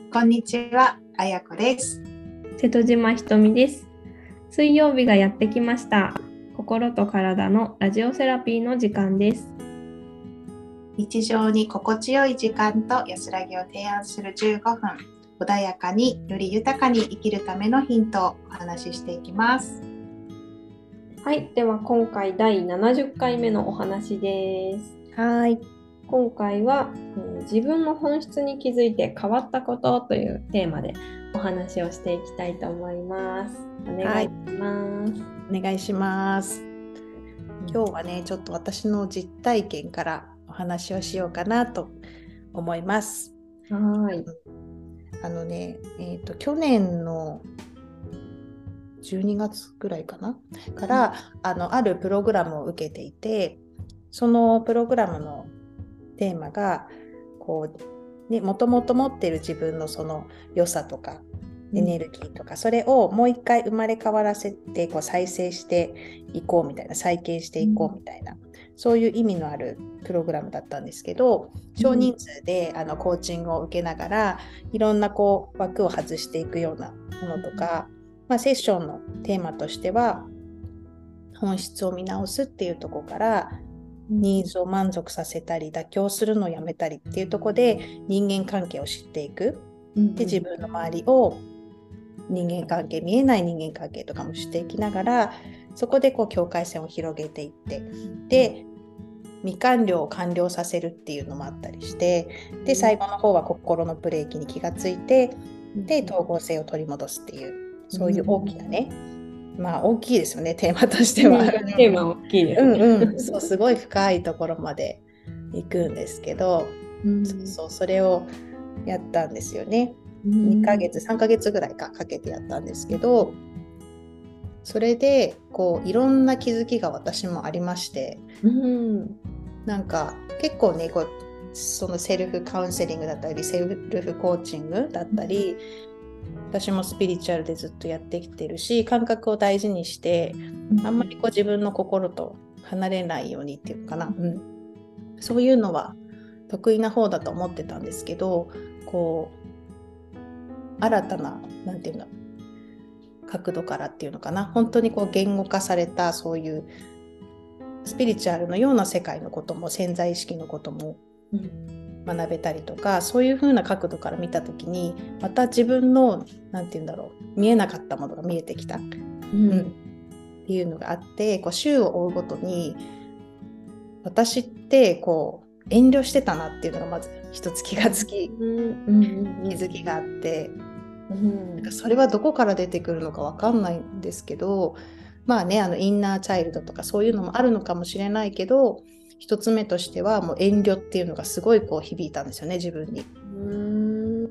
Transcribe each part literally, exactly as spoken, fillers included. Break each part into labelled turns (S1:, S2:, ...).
S1: こんにちは、あやこです。
S2: 瀬戸島ひとみです。水曜日がやってきました。心と体のラジオセラピーの時間です。
S1: 日常に心地よい時間と安らぎを提案するじゅうごふん、穏やかにより豊かに生きるためのヒントをお話ししていきます。
S2: はい、では今回だいななじゅっかいめのお話です。
S1: はい。
S2: 今回は、えー自分の本質に気づいて変わったことというテーマでお話をしていきたいと思います。お願いします。
S1: お願いします。今日はね、ちょっと私の実体験からお話をしようかなと思います。
S2: はい。
S1: あのね、えーと、去年のじゅうにがつぐらいかなから、うん、あのあるプログラムを受けていて、そのプログラムのテーマがこう、ね、もともと持っている自分のその良さとかエネルギーとか、うん、それをもう一回生まれ変わらせてこう再生していこうみたいな、再建していこうみたいな、うん、そういう意味のあるプログラムだったんですけど、少人数であのコーチングを受けながらいろんなこう枠を外していくようなものとか、まあ、セッションのテーマとしては本質を見直すっていうところからニーズを満足させたり妥協するのをやめたりっていうところで人間関係を知っていく。で、自分の周りを人間関係、見えない人間関係とかもしていきながら、そこでこう境界線を広げていって、で未完了を完了させるっていうのもあったりして、で最後の方は心のブレーキに気がついて、で統合性を取り戻すっていう、そういう大きなね、まあ大きいですよね、テーマとしては。
S2: テーマ大きいですね。
S1: うんうん、そう、すごい深いところまで行くんですけど、うん、そうそう、それをやったんですよね。にかげつ、さんかげつぐらいかかけてやったんですけど、それでこういろんな気づきが私もありまして、うん、なんか結構ね、こうそのセルフカウンセリングだったりセルフコーチングだったり、私もスピリチュアルでずっとやってきてるし、感覚を大事にしてあんまりこう自分の心と離れないようにっていうかな、うん、そういうのは得意な方だと思ってたんですけど、こう新たな、なんていうの、角度からっていうのかな、本当にこう言語化されたそういうスピリチュアルのような世界のことも潜在意識のことも学べたりとか、そういう風な角度から見たときにまた自分のなんていうんだろう、見えなかったものが見えてきた、うんうん、っていうのがあって、こう週を追うごとに私ってこう遠慮してたなっていうのがまず一つ気がつき、うんうんうん、気づきがあって、うん、なんかそれはどこから出てくるのか分かんないんですけど、まあね、あのインナーチャイルドとかそういうのもあるのかもしれないけど、一つ目としてはもう遠慮っていうのがすごいこう響いたんですよね、自分に。うーん、うん、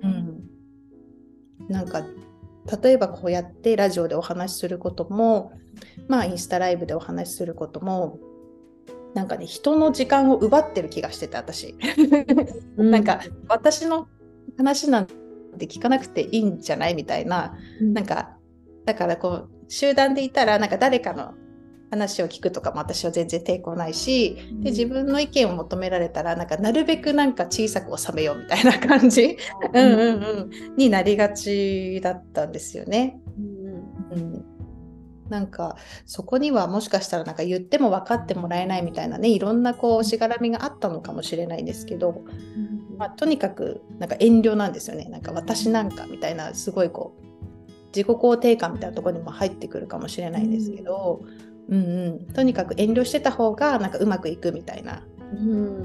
S1: なんか例えばこうやってラジオでお話しすることも、まあインスタライブでお話しすることも、なんかね、人の時間を奪ってる気がしてて、私なんか私の話なんて聞かなくていいんじゃないみたいな、うん、なんかだからこう集団でいたらなんか誰かの話を聞くとかも私は全然抵抗ないし、で自分の意見を求められたらなんかなるべくなんか小さく収めようみたいな感じうんうん、うん、になりがちだったんですよね。うん、うん、なんかそこにはもしかしたらなんか言っても分かってもらえないみたいなね、いろんなこうしがらみがあったのかもしれないんですけど、まあ、とにかくなんか遠慮なんですよね。なんか私なんかみたいな、すごいこう自己肯定感みたいなところにも入ってくるかもしれないんですけど、うんうん、とにかく遠慮してた方がなんかうまくいくみたいな、うんうん、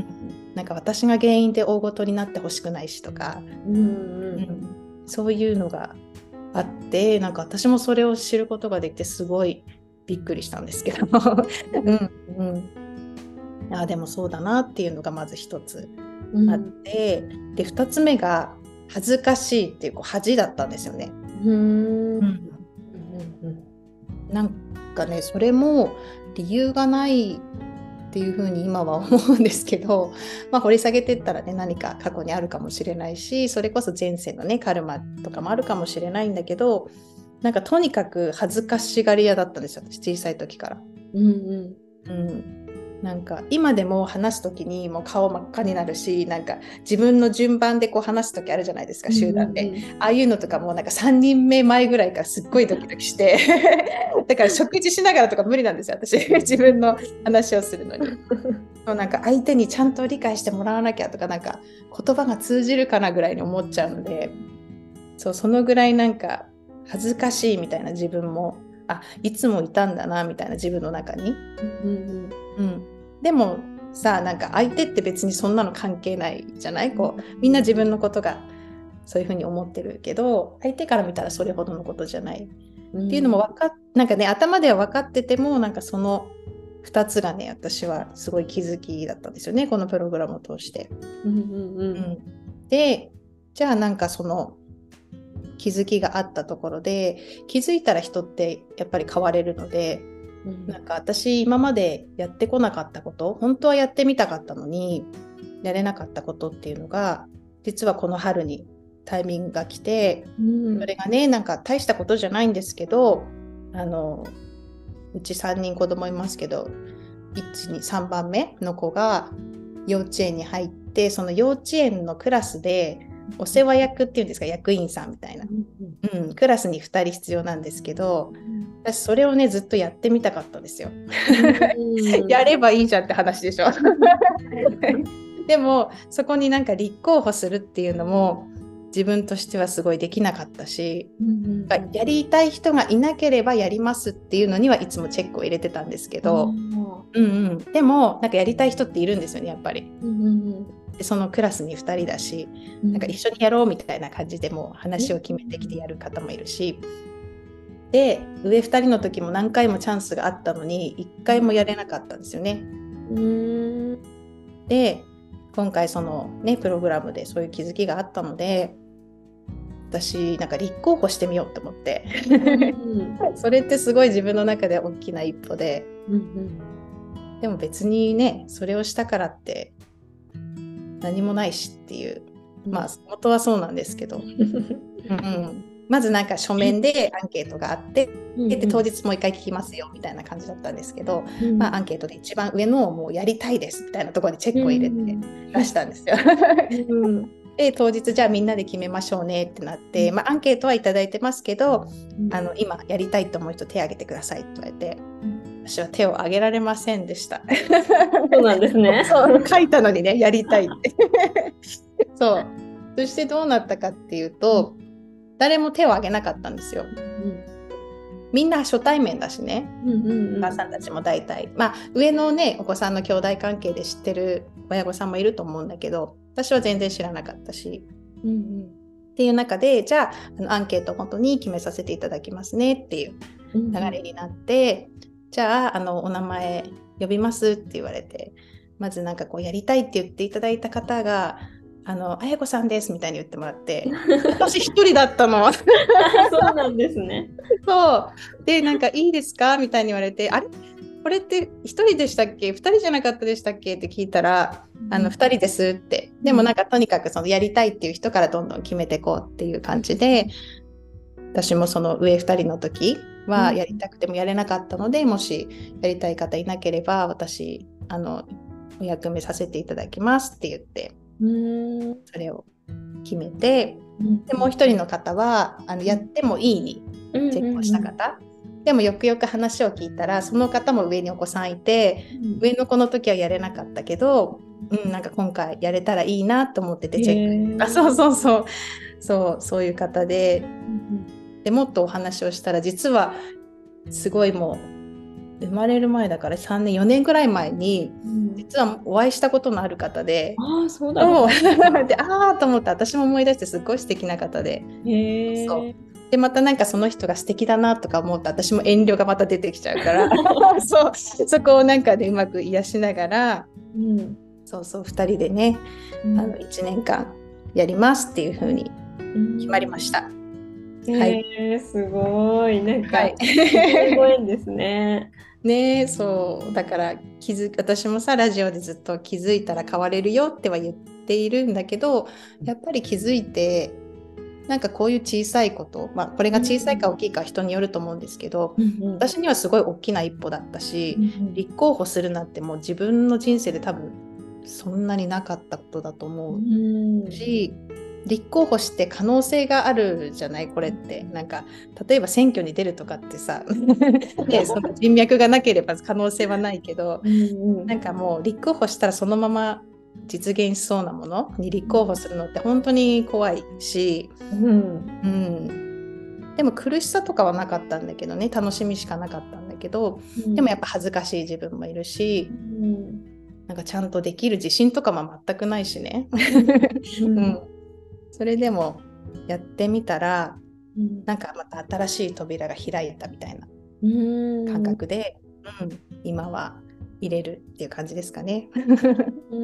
S1: なんか私が原因で大ごとになってほしくないしとか、うんうん、そういうのがあって、なんか私もそれを知ることができてすごいびっくりしたんですけどうんうん、あ、でもそうだなっていうのがまず一つあって、うん、で二つ目が恥ずかしいっていう、こう恥だったんですよね。うーん、うんうんうん、なんかね、それも理由がないっていう風に今は思うんですけど、まあ、掘り下げていったらね、何か過去にあるかもしれないし、それこそ前世のねカルマとかもあるかもしれないんだけど、なんかとにかく恥ずかしがり屋だったんですよ、私小さい時から。うんうんうん、 なんか今でも話すときにもう顔真っ赤になるし、なんか自分の順番でこう話すときあるじゃないですか、集団で、うんうんうん、ああいうのとかもなんかさんにんめ前ぐらいからすっごいドキドキしてだから食事しながらとか無理なんですよ、私自分の話をするのにもうなんか相手にちゃんと理解してもらわなきゃとか、なんか言葉が通じるかなぐらいに思っちゃうので、そう、そのぐらいなんか恥ずかしいみたいな、自分もあいつもいたんだなみたいな、自分の中に、うんうんうん、でもさ、なんか相手って別にそんなの関係ないじゃない、こうみんな自分のことがそういうふうに思ってるけど、相手から見たらそれほどのことじゃない、うん、っていうのも分かっなんかね、頭では分かってても、なんかそのふたつがね、私はすごい気づきだったんですよね、このプログラムを通して、うんうんうんうん、で、じゃあなんかその気づきがあったところで、気づいたら人ってやっぱり変われるので、うん、なんか私今までやってこなかったこと、本当はやってみたかったのにやれなかったことっていうのが、実はこの春にタイミングが来て、うん、それがね、なんか大したことじゃないんですけど、あのうちさんにん子供いますけど、いち、に、さんばんめの子が幼稚園に入って、その幼稚園のクラスでお世話役っていうんですか、役員さんみたいな、うんうん、クラスにふたり必要なんですけど、私それをねずっとやってみたかったんですよやればいいじゃんって話でしょでもそこになんか立候補するっていうのも自分としてはすごいできなかったし、うんうんうん、やりたい人がいなければやりますっていうのにはいつもチェックを入れてたんですけど、うんうん、でもなんかやりたい人っているんですよね、やっぱり、うんうんうん、でそのクラスにふたりだし、なんか一緒にやろうみたいな感じでもう話を決めてきてやる方もいるし、で上ふたりの時も何回もチャンスがあったのにいっかいもやれなかったんですよね。うーん、で今回そのねプログラムでそういう気づきがあったので、私なんか立候補してみようと思ってそれってすごい自分の中で大きな一歩で、うんうん、でも別にねそれをしたからって何もないしっていう、まあ元はそうなんですけど、うん、まずなんか書面でアンケートがあって、うん、で当日もう一回聞きますよみたいな感じだったんですけど、うんまあ、アンケートで一番上のもうやりたいですみたいなところにチェックを入れて出したんですよ、うん、で当日じゃあみんなで決めましょうねってなって、まあ、アンケートはいただいてますけど、うん、あの今やりたいと思う人手を挙げてくださいって言われて、私は手を挙げられませんでした
S2: そうなんですね
S1: そう書いたのにねやりたいってそうそしてどうなったかっていうと、誰も手を挙げなかったんですよ、うん、みんな初対面だしね、うんうんうん、お母さんたちも大体、まあ、上のねお子さんの兄弟関係で知ってる親御さんもいると思うんだけど、私は全然知らなかったし、うんうん、っていう中でじゃあ、あのアンケートを元に決めさせていただきますねっていう流れになって、うんうん、じゃあ、あのお名前呼びますって言われて、まずなんかこうやりたいって言っていただいた方があのあやこさんですみたいに言ってもらって私一人だったの
S2: そうなんですね。
S1: そうでなんかいいですかみたいに言われて、あれこれって一人でしたっけ二人じゃなかったでしたっけって聞いたら、あの二人ですって、でもなんかとにかくそのやりたいっていう人からどんどん決めていこうっていう感じで、私もその上ふたりの時はやりたくてもやれなかったので、もしやりたい方いなければ私あのお役目させていただきますって言って、うーんそれを決めて、でもう一人の方はあのやってもいいにチェックをした方、うんうんうん、でもよくよく話を聞いたらその方も上にお子さんいて、うん、上の子の時はやれなかったけど、うん、なんか今回やれたらいいなと思っててチェック、あそうそうそうそうそういう方で、うん、でもっとお話をしたら実はすごいもう生まれる前だからさんねんよねんくらい前に、うん、実はお会いしたことのある方で、
S2: ああそうだね
S1: でああと思って私も思い出してすごい素敵な方で、へそうでまたなんかその人が素敵だなとか思って私も遠慮がまた出てきちゃうからそうそこをなんかでうまく癒しながら、うん、そうそうふたりでね、うん、あのいちねんかんやりますっていう風に決まりました、
S2: うん、はい、えー、すごいなんか、はい、ご縁ですね
S1: ね、そうだから気づ私もさラジオでずっと気づいたら変われるよっては言っているんだけど、やっぱり気づいてなんかこういう小さいこと、まあ、これが小さいか大きいか人によると思うんですけど、
S2: うんうん、
S1: 私にはすごい大きな一歩だったし、
S2: うんうん、
S1: 立候補するなんてもう自分の人生で多分そんなになかったことだと思うし、立候補して可能性があるじゃないこれって。なんか例えば選挙に出るとかってさね、その人脈がなければ可能性はないけど、うんうん、なんかもう立候補したらそのまま実現しそうなものに立候補するのって本当に怖いし、うんうん、でも苦しさとかはなかったんだけどね、楽しみしかなかったんだけど、うん、でもやっぱ恥ずかしい自分もいるし、うん、なんかちゃんとできる自信とかも全くないしね、うんうん、それでもやってみたら、うん、なんかまた新しい扉が開いたみたいな感覚で、うん、今は入れるっていう感じですかね。
S2: うん、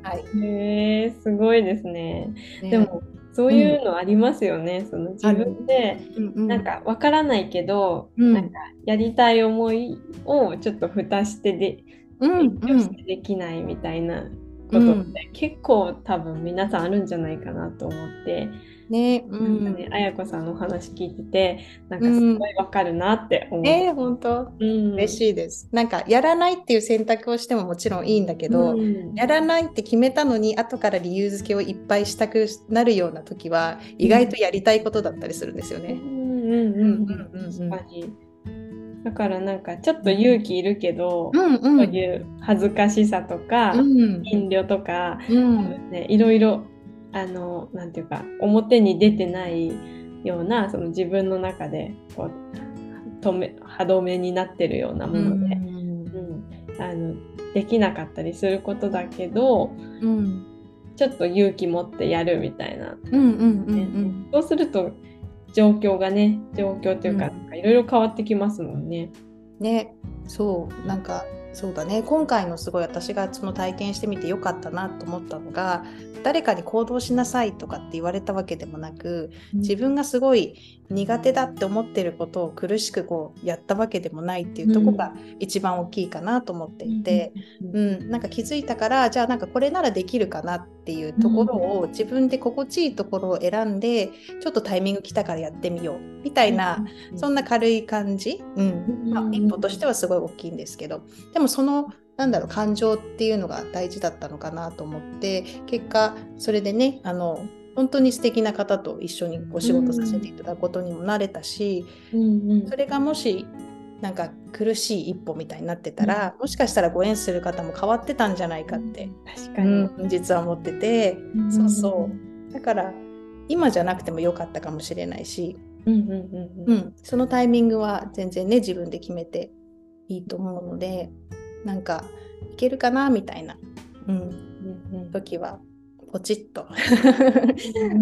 S2: はい、へえ、すごいですね。ね、でもそういうのありますよね。うん、その自分でなんかわからないけど、うん、なんかやりたい思いをちょっと蓋してで、勉強してできないみたいなことって結構多分皆さんあるんじゃないかなと思って。ね、うん、なんかね、あやこさんのお話聞いてて、なんかすごいわかるなって思って。
S1: えー、本当、うん、嬉しいです。なんかやらないっていう選択をしてももちろんいいんだけど、うん、やらないって決めたのに後から理由付けをいっぱいしたくなるような時は意外とやりたいことだったりするんですよね。
S2: 確かに。だからなんかちょっと勇気いるけど、
S1: うんうん、
S2: そういう恥ずかしさとか、うん、遠慮とか、うんね、いろいろあのなんていうか表に出てないようなその自分の中でこう止め歯止めになってるようなもので、うんうん、あのできなかったりすることだけど、うん、ちょっと勇気持ってやるみたいな、そうすると状況がね状況というかいろいろ変わってきますもんね。
S1: ね、そうなんかそうだね、今回のすごい私がその体験してみてよかったなと思ったのが、誰かに行動しなさいとかって言われたわけでもなく、自分がすごい苦手だって思ってることを苦しくこうやったわけでもないっていうところが一番大きいかなと思っていて、うんうん、なんか気づいたから、じゃあなんかこれならできるかなっていうところを自分で心地いいところを選んで、ちょっとタイミング来たからやってみようみたいな、そんな軽い感じ、うんまあ、一歩としてはすごい大きいんですけど、でもそのなんだろう感情っていうのが大事だったのかなと思って、結果それでね、あの本当に素敵な方と一緒にお仕事させていただくことにもなれたし、うんうん、それがもしなんか苦しい一歩みたいになってたら、うん、もしかしたらご縁する方も変わってたんじゃないかって、うん、確かに、うん、実は思ってて、うん、そうそうだから今じゃなくてもよかったかもしれないし、うんうんうんうん、そのタイミングは全然ね自分で決めていいと思うので、なんかいけるかなみたいな、うんうんうん、時はポチッと、うん、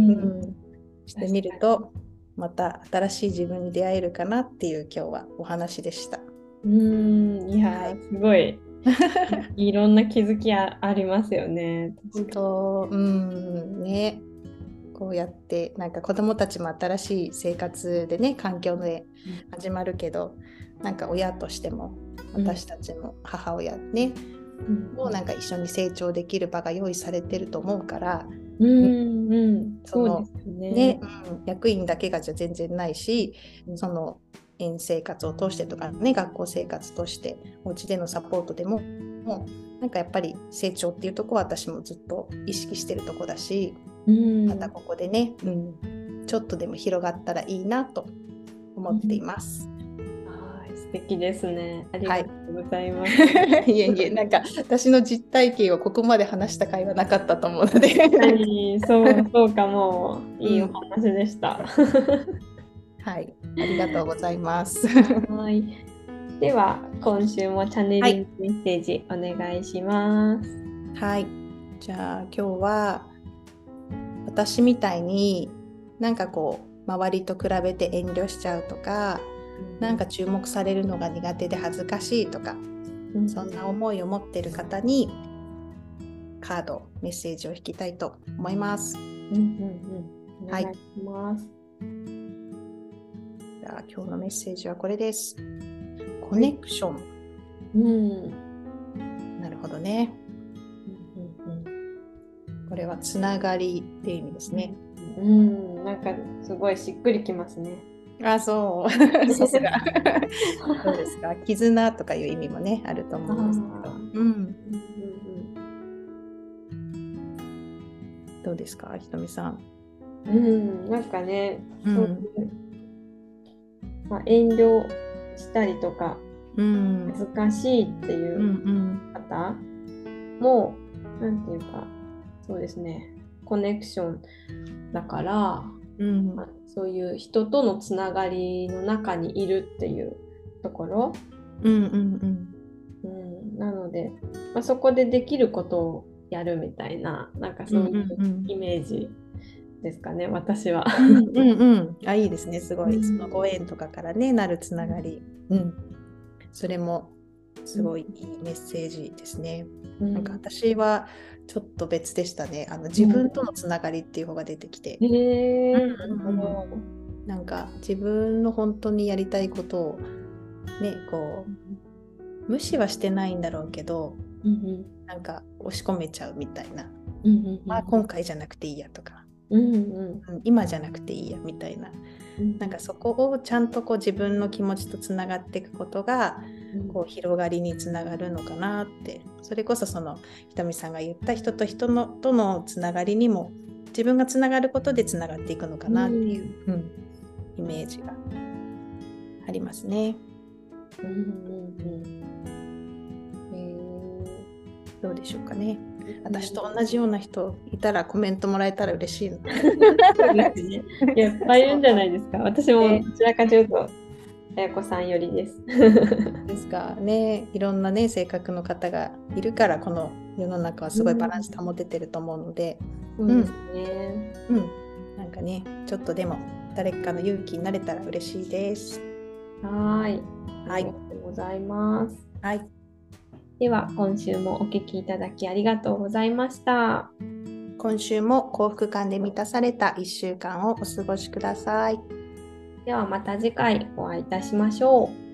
S1: してみるとまた新しい自分に出会えるかなっていう今日はお話でした。
S2: うーん、いや、はい、すごいいろんな気づき あ, ありますよね。
S1: 本当、うんね、こうやってなんか子どもたちも新しい生活でね環境で始まるけど、うん、なんか親としても私たちも母親ね、うん、もうなんか一緒に成長できる場が用意されてると思うから、
S2: うんうん、
S1: そのそうですね、ね、うん、役員だけがじゃ全然ないし、うん、その園生活を通してとかね、学校生活としてお家でのサポートでももうなんかやっぱり成長っていうところは私もずっと意識してるとこだし、うん、またここでね、うん、ちょっとでも広がったらいいなと思っています。
S2: うん、素敵ですね。ありがとうございます。
S1: はい、いえいえ、なんか私の実体験をここまで話した回はなかったと思うので
S2: はい、そうそうかも、いいお話でした。
S1: はい、ありがとうございます。
S2: はい。では今週もチャネリングメッセージお願いします。
S1: はい。じゃあ今日は私みたいになんかこう周りと比べて遠慮しちゃうとか、なんか注目されるのが苦手で恥ずかしいとか、うん、そんな思いを持っている方にカードメッセージを引きたいと思います。うんうんうん、はい。お願いします。じゃあ今日のメッセージはこれです。コネクション。うん、なるほどね、うんうんうん。これはつながりっていう意味ですね。
S2: うん、 なんかすごいしっくりきますね。
S1: あ、そう。さすが。どうですか。絆とかいう意味もね、あると思うんですけど。うん。うんうん、どうですか、ひとみさん。
S2: うん、なんかね、
S1: うん、
S2: そういう、まあ、遠慮したりとか、
S1: うん、
S2: 難しいっていう方も、うんうん、なんていうか、そうですね、コネクションだから、うんまあ、そういう人とのつながりの中にいるっていうところ、うんうんうんうん、なので、まあ、そこでできることをやるみたいな、なんかそういうイメージですかね、うんうん、私は。
S1: うんうんうん、あ、いいですね、すごい。うん、そのご縁とかからね、なるつながり。うん、それもすごいいいメッセージですね。うん、なんか私はちょっと別でしたね。あの自分とのつながりっていう方が出てきて。へ、えー、なんか自分の本当にやりたいことをね、こう無視はしてないんだろうけど、うんうん、なんか押し込めちゃうみたいな。うんうんうん、あ、今回じゃなくていいやとか、うんうんうん、今じゃなくていいやみたいな。なんかそこをちゃんとこう自分の気持ちとつながっていくことがこう広がりにつながるのかなって、それこそそのひとみさんが言った人と人のとのつながりにも自分がつながることでつながっていくのかなっていう、うんうん、イメージがありますね。うんうんうん、どうでしょうかね。私と同じような人いたらコメントもらえたら嬉しいの。
S2: そうですね。いっぱいいるんじゃないですか。私もどちらかというと、あやこさんよりです。
S1: ですかね。いろんなね性格の方がいるからこの世の中はすごいバランス保ててると思うので、うん、そうですね。うん、なんかねちょっとでも誰かの勇気になれたら嬉しいです。
S2: はい。ありがとうございます。
S1: はい。
S2: では今週もお聞きいただきありがとうございました。
S1: 今週も幸福感で満たされたいっしゅうかんをお過ごしください。
S2: ではまた次回お会いいたしましょう。